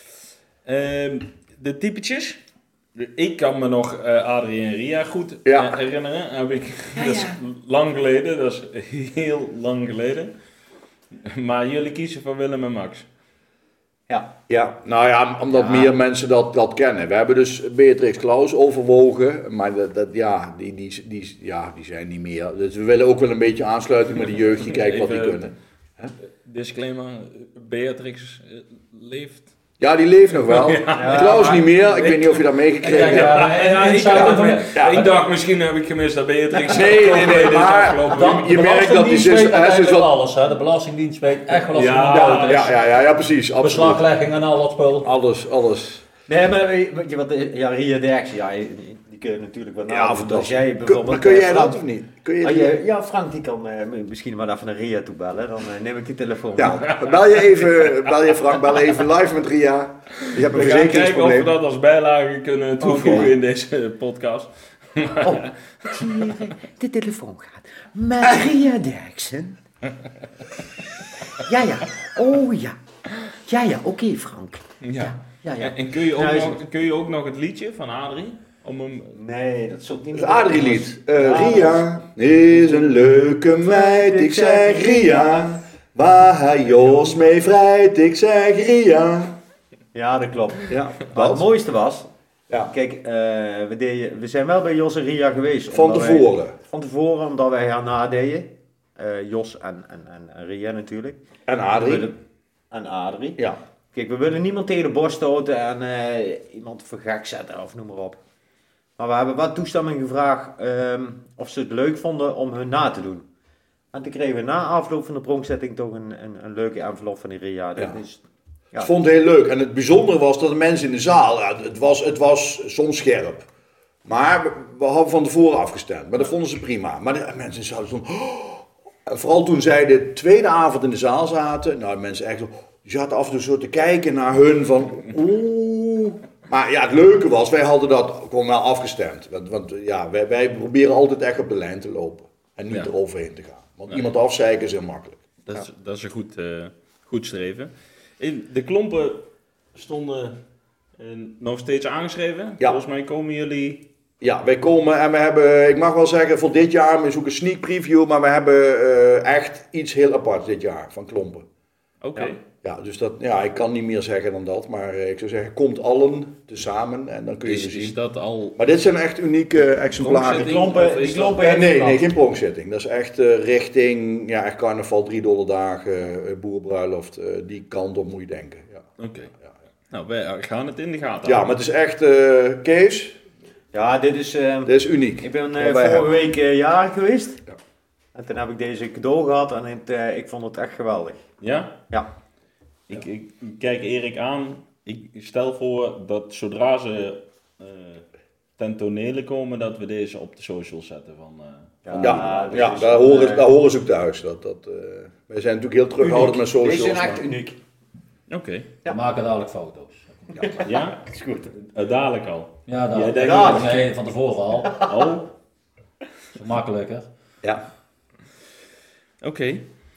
De typetjes. Ik kan me nog Adrie en Ria goed herinneren. Dat is lang geleden, dat is heel lang geleden. Maar jullie kiezen voor Willem en Max.
Ja, nou ja, omdat meer mensen dat kennen. We hebben dus Beatrix Claus overwogen, maar die zijn niet meer. Dus we willen ook wel een beetje aansluiting met de jeugd, die kijkt wat die kunnen.
Disclaimer, Beatrix leeft.
Ja, die leeft nog wel. Klaus niet meer. Ik weet niet of je dat meegekregen hebt.
Ik dacht, misschien heb ik gemist dat Beatrix...
Nee, maar je merkt dat die
is wel alles, hè. De Belastingdienst weet echt wel als iemand dood is.
Ja, precies. Absoluut.
Beslaglegging en al dat spul.
Alles.
Nee, maar weet je wat, Ria Derksen, die kun je natuurlijk wat
Ja, fantastisch.
Jij bijvoorbeeld,
maar kun jij
Frank,
dat of niet? Kun
Frank die kan misschien wel even naar Ria toe bellen, dan neem ik die telefoon.
Ja, bel je Frank, bel even live met Ria. Je hebt een
We gaan kijken of we
verzekeringsprobleem.
dat als bijlage kunnen toevoegen in deze podcast.
Oh, ik zie hier, de telefoon gaat. Met Ria Derksen. Ja, oh ja. Ja, oké, Frank. Ja.
En kun je ook nog het liedje van Adrie?
Nee, dat is ook niet
Het Adrie-lied. Ria is een leuke meid, ik zeg Ria. Waar hij Jos mee vrijt, ik zeg Ria.
Ja, dat klopt.
Ja,
Maar het mooiste was,
Ja.
kijk, we zijn wel bij Jos en Ria geweest.
Van tevoren.
Van tevoren, omdat wij haar nadeden. Jos en Ria natuurlijk.
En Adrie.
En Adrie.
Ja.
Kijk, we willen niemand tegen de borst stoten en iemand voor gek zetten of noem maar op. Maar we hebben wat toestemming gevraagd of ze het leuk vonden om hun na te doen. En toen kregen we na afloop van de pronkzetting toch een leuke envelop van die Ria. Dat is,
Ik vond het heel leuk. En het bijzondere was dat de mensen in de zaal, het was soms scherp. Maar we hadden van tevoren afgestemd. Maar dat vonden ze prima. Maar de mensen zouden zo... Vooral toen zij de tweede avond in de zaal zaten. Nou, de mensen echt zo... Die zaten af en toe zo te kijken naar hun van... Oeh... Maar ja, het leuke was, wij hadden dat gewoon wel afgestemd. Want wij proberen altijd echt op de lijn te lopen. En niet eroverheen te gaan. Want iemand afzeiken is heel makkelijk.
Dat is een goed streven. De klompen stonden nog steeds aangeschreven.
Ja.
Volgens mij komen jullie...
Ja, wij komen en we hebben, ik mag wel zeggen, voor dit jaar, we zoeken een sneak preview, maar we hebben echt iets heel apart dit jaar van klompen.
Oké.
Ja, dus ik kan niet meer zeggen dan dat, maar ik zou zeggen, komt allen tezamen en dan kun je ze zien.
Is dat al...
Maar dit zijn echt unieke exemplaren.
Die klompen
Nee, geen pronkzitting. Dat is echt richting, echt carnaval, 3 dagen, boerenbruiloft, die kant op moet je denken. Ja.
Oké. Nou, wij gaan het in de gaten
Ja, maar het is echt, Kees,
ja, dit is
uniek.
Ik ben
Wat wij
vorige
hebben.
week jarig geweest.
Ja.
En toen heb ik deze cadeau gehad en ik vond het echt geweldig.
Ja?
Ja.
Ik kijk Erik aan. Ik stel voor dat zodra ze ten tonele komen, dat we deze op de socials zetten.
Daar horen ze ook thuis. Wij zijn natuurlijk heel terughoudend met socials.
Deze zijn echt
maar-
uniek.
Oké.
We maken dadelijk foto's.
Ja?
Is goed.
Dadelijk al.
Ja,
Jij
dat
denkt-
nee, van tevoren al.
Oh,
Zo makkelijker.
Ja.
oké.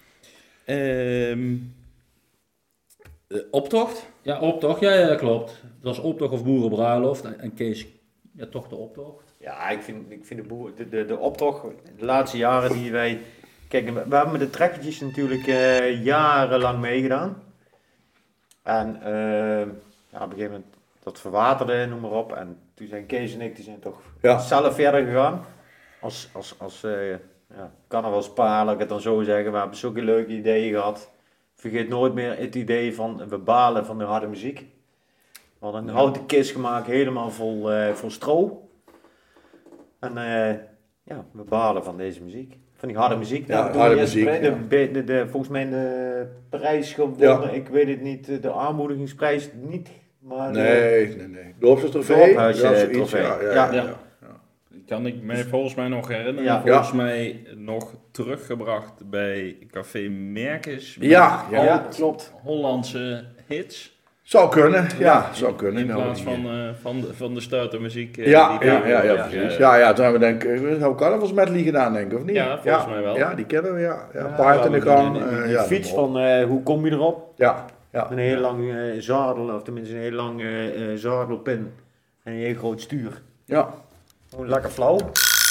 Optocht?
Ja, optocht. Ja, klopt. Het was optocht of boerenbruiloft. En Kees, ja, toch de optocht.
Ja, ik vind de optocht, de laatste jaren die wij... Kijk, we hebben met de trekkertjes natuurlijk jarenlang meegedaan. En op een gegeven moment, dat verwaterde, noem maar op. En toen zijn Kees en ik, die zijn toch zelf verder gegaan. Als carnavalspaar, laat ik het dan zo zeggen. We hebben zulke leuke ideeën gehad. Vergeet nooit meer het idee van we balen van de harde muziek. We hadden een houten kist gemaakt, helemaal vol stro. En we balen van deze muziek. Van die harde muziek.
Ja,
Nou,
harde muziek.
Volgens mij de prijs gewonnen. Ik weet het niet, de aanmoedigingsprijs niet. Maar
Nee. Dorpshuis-trofee.
Dorpshuis-trofee.
Ja.
Kan ik mij volgens mij nog herinneren.
Ja.
Volgens mij nog teruggebracht bij Café Merkes.
Ja,
klopt.
Hollandse hits.
Zou kunnen, zou kunnen.
In plaats van de stuitermuziek.
Precies. Ja, toen hebben we denk ik, we hebben carnavalsmedley gedaan, denk ik, of niet?
Ja, volgens mij wel.
Ja, die kennen we, ja. Paard in de gang.
Die fiets van hoe kom je erop?
Ja.
Een heel lang zadel, of tenminste een heel lang zadelpin. En een heel groot stuur.
Ja.
Gewoon lekker flauw. Oké.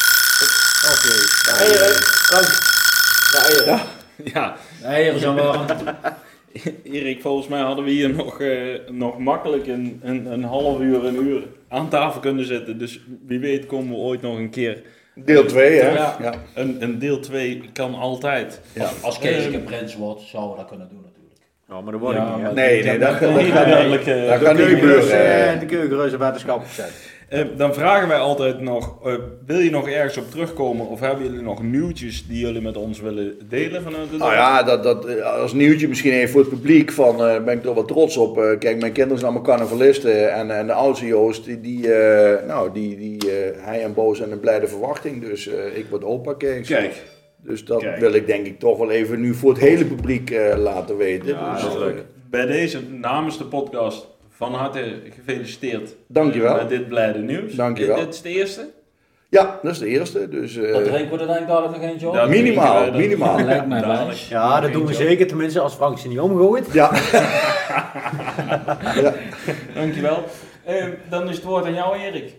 De eieren.
Ja,
Eieren zijn warm.
Erik, volgens mij hadden we hier nog makkelijk een half uur, een uur aan tafel kunnen zitten. Dus wie weet komen we ooit nog een keer.
Deel 2, hè?
Ja.
Ja.
Een deel 2 kan altijd.
Ja.
Als Kees een prins wordt, zouden we dat kunnen doen natuurlijk.
Ja, maar dat wordt
Ja,
ik niet.
maar-
Nee, dat gaat niet
De
gebeuren.
keukenreuzen waterschap gezet.
Dan vragen wij altijd nog, wil je nog ergens op terugkomen of hebben jullie nog nieuwtjes die jullie met ons willen delen vanuit de
Nou ja, dat als nieuwtje misschien even voor het publiek, ben ik er wel trots op. Kijk, mijn kinderen zijn allemaal carnavalisten en de oudste Joost, hij en Bo zijn een blijde verwachting. Dus ik word opa, Kees.
Kijk.
Dus dat
Kijk.
wil ik denk ik toch wel even nu voor het hele publiek laten weten.
Ja,
Dus,
dat is leuk. Bij deze namens de podcast van harte gefeliciteerd.
Dankjewel.
Met dit blijde nieuws.
Dankjewel.
Dit is de eerste?
Ja, dat is de eerste. Dus,
Dat drinken we er denk ik dadelijk nog eentje op.
Dat
minimaal,
drinken wij dan.
minimaal.
Lijkt mij
Dadelijk.
wijs.
Ja, dat doen we zeker, tenminste als Frank ze niet omgooit.
Ja.
Dankjewel. Dan is het woord aan jou, Erik.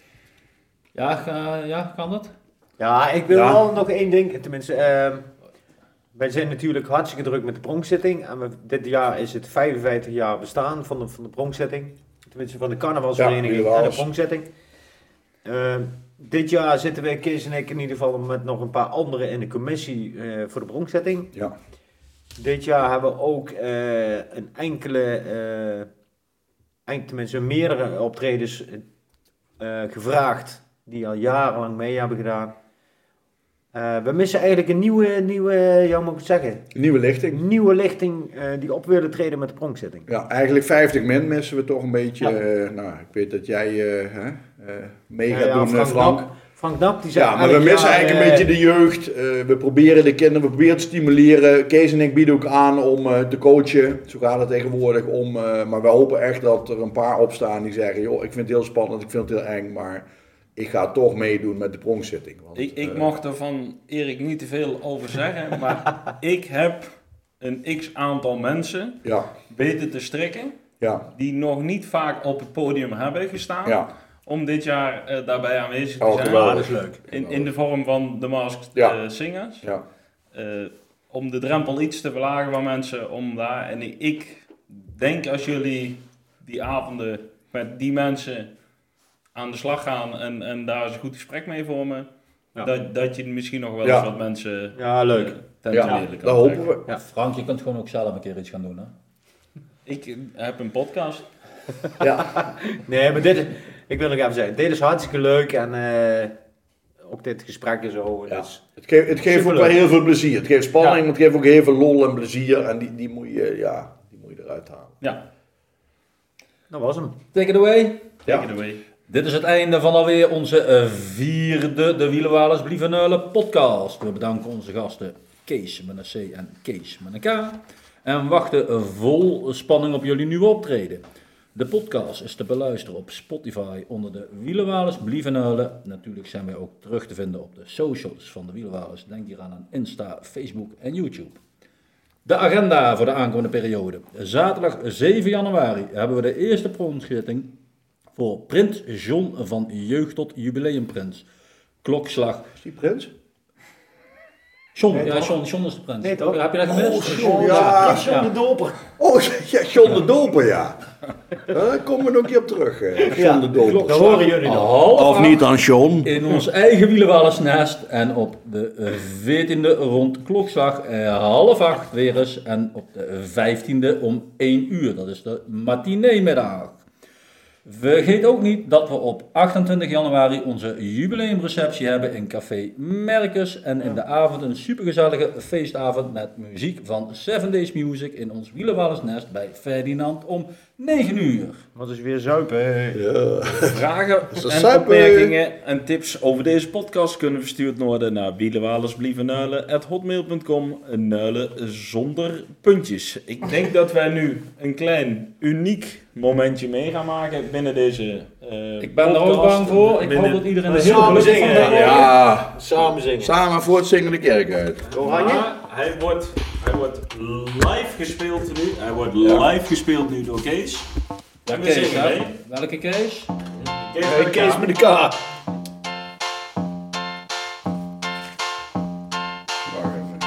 Ja, kan dat?
Ja, ik wil
Ja.
wel nog één ding, tenminste, wij zijn natuurlijk hartstikke druk met de pronkzitting. En dit jaar is het 55 jaar bestaan van de pronkzitting. Tenminste van de carnavalsvereniging
Ja,
en de pronkzitting. Dit jaar zitten wij, Kees en ik in ieder geval met nog een paar anderen in de commissie voor de pronkzitting.
Ja.
Dit jaar hebben we ook een enkele, tenminste meerdere optredens gevraagd die al jarenlang mee hebben gedaan. We missen eigenlijk een nieuwe, ja, moet ik het zeggen,
Nieuwe lichting.
nieuwe lichting die op willen treden met de pronkzitting.
Ja, eigenlijk 50 min missen we toch een beetje.
Ja.
Ik weet dat jij mee gaat
Ja,
doen, Frank.
Frank Knapp, die zegt
Ja, maar we missen eigenlijk een beetje de jeugd. We proberen de kinderen, we proberen te stimuleren. Kees en ik bieden ook aan om te coachen. Zo gaat het tegenwoordig om. Maar we hopen echt dat er een paar opstaan die zeggen, joh, ik vind het heel spannend, ik vind het heel eng, maar ik ga toch meedoen met de pronkzitting. Want,
Ik mocht er van Erik niet te veel over zeggen, maar ik heb een x-aantal mensen
Ja,
weten te strikken
ja,
die nog niet vaak op het podium hebben gestaan.
ja.
Om dit jaar daarbij aanwezig te
Oh,
zijn.
geweldig.
dat is leuk.
In de vorm van de Masked
Ja.
Singers.
Ja,
Om de drempel iets te verlagen van mensen om daar. En ik denk als jullie die avonden met die mensen aan de slag gaan en daar eens een goed gesprek mee vormen.
Ja.
Dat je misschien nog wel
Ja.
eens wat mensen
Ja, leuk.
ten
ja,
tonele kan
dat hopen
trekken.
we.
Ja.
Frank, je kunt gewoon ook zelf een keer iets gaan doen, hè?
Ik heb een podcast.
Ja,
Nee, maar ik wil nog even zeggen, dit is hartstikke leuk en ook dit gesprek en zo.
Ja.
Dus,
het geeft ook
Superleuk.
wel heel veel plezier. Het geeft spanning,
Ja.
maar het geeft ook heel veel lol en plezier. En die moet je eruit halen.
Ja,
dat was hem.
Take it away.
Ja.
take it away.
Dit is het einde van alweer onze vierde De Wielenwalers Blievenuilen podcast. We bedanken onze gasten Kees met een C en Kees met een K. En wachten vol spanning op jullie nieuwe optreden. De podcast is te beluisteren op Spotify onder De Wielenwalers Blievenuilen. Natuurlijk zijn wij ook terug te vinden op de socials van De Wielenwalers. Denk hier aan Insta, Facebook en YouTube. De agenda voor de aankomende periode. Zaterdag 7 januari hebben we de eerste pronkschitting voor Prins John van Jeugd tot Jubileumprins. Klokslag.
Is die prins?
John,
Nee,
ja,
toch?
John is de prins.
Nee, toch?
Heb je dat gemist?
John, ja.
John de Doper.
Oh, ja, John de Doper, ja. Daar komen we nog een keer op terug. John de Doper.
Dat horen jullie nog.
Of niet dan John?
In ons eigen Wielenwalersnest en op de 14e rond klokslag 7:30 weer eens en op de 15e om 1 uur. Dat is de matinee-middag. Vergeet ook niet dat we op 28 januari onze jubileumreceptie hebben in Café Mercus en in de avond een supergezellige feestavond met muziek van 7 Days Music in ons Wielenwalersnest bij Ferdinand om 9 uur.
Wat is weer zuipen?
Ja.
Vragen
dat
en
sappen?
opmerkingen en tips over deze podcast kunnen verstuurd worden naar wielenwalersblievennuilen@hotmail.com. Nuilen zonder puntjes. Ik denk dat wij nu een klein, uniek momentje mee gaan maken binnen deze
Ik ben er ook
podcast.
bang voor. Ik
Binnen-
hoop dat iedereen er
Maar
heel
samen
gelukkig van
zingen,
gaat worden.
Ja,
Samen zingen.
samen voor het zingen de kerk uit.
Oranje?
Maar hij wordt live gespeeld nu. Hij wordt
Ja.
live gespeeld nu door Kees.
Ja,
En we
Kees,
zingen
hè?
mee.
Welke Kees?
Kees,
Hey, Kees met de K. Wacht even.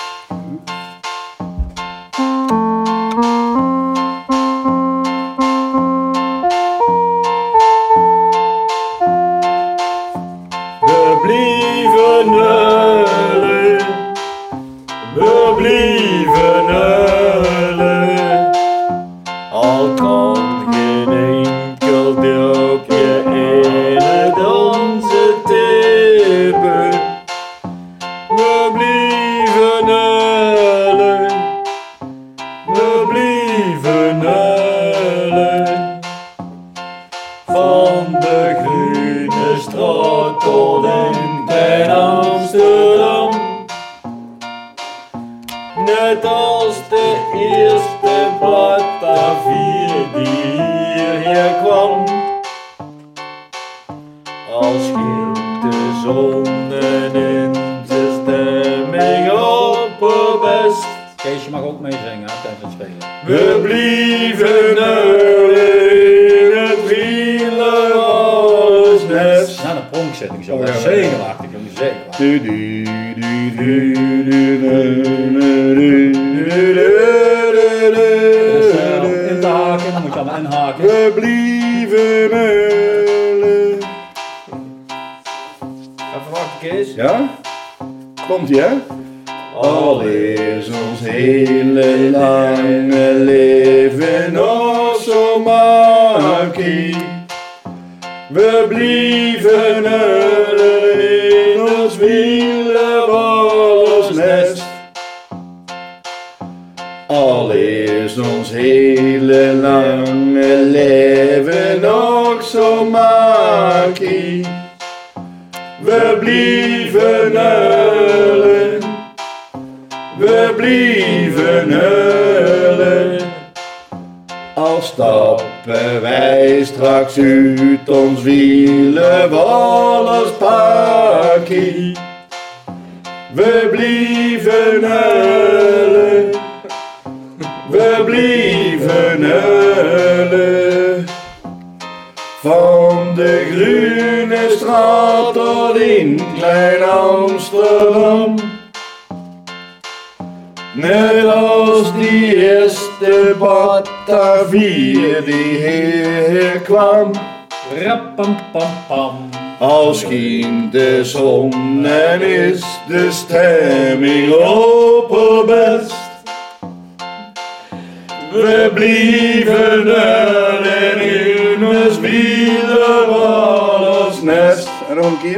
We blieven huilen. We blieven huilen. Al kan geen enkel dropje in het onze tippen. We blieven huilen. We blieven huilen. Van de Groene Straat tot in Klein Amsterdam. Net als de eerste Batavier die hierheen kwam. Als gilt de zon en in de stemming op het best.
Kees, je mag ook meezingen hè, tijdens het spelen.
We blieven huilen in het wielerwalensnest.
Na de pronk zit ik zo.
Oh, ja,
Zenuwachtig, jongen, zenuwachtig. Dus om in te haken, dan moet je allemaal inhaken.
We blieven huilen.
Even wachten, Kees.
Ja? Komt ie, hè? Al is ons hele lange leven nog zo makkie. We blieven huilen in ons wielerwalensnest. Al is ons hele lange leven nog zo makkie. We blieven huilen. We blieven huilen. Al stappen wij straks uit ons wielerwallerspakkie. We blieven huilen. We blieven huilen. Van de Groene Straat tot in Klein Amsterdam. Net als die eerste Batavier die hier kwam.
Rapampampam.
Al schijnt de zon en is de stemming op het best. We blieven huilen in ons wielerwalensnest. En nog een keer.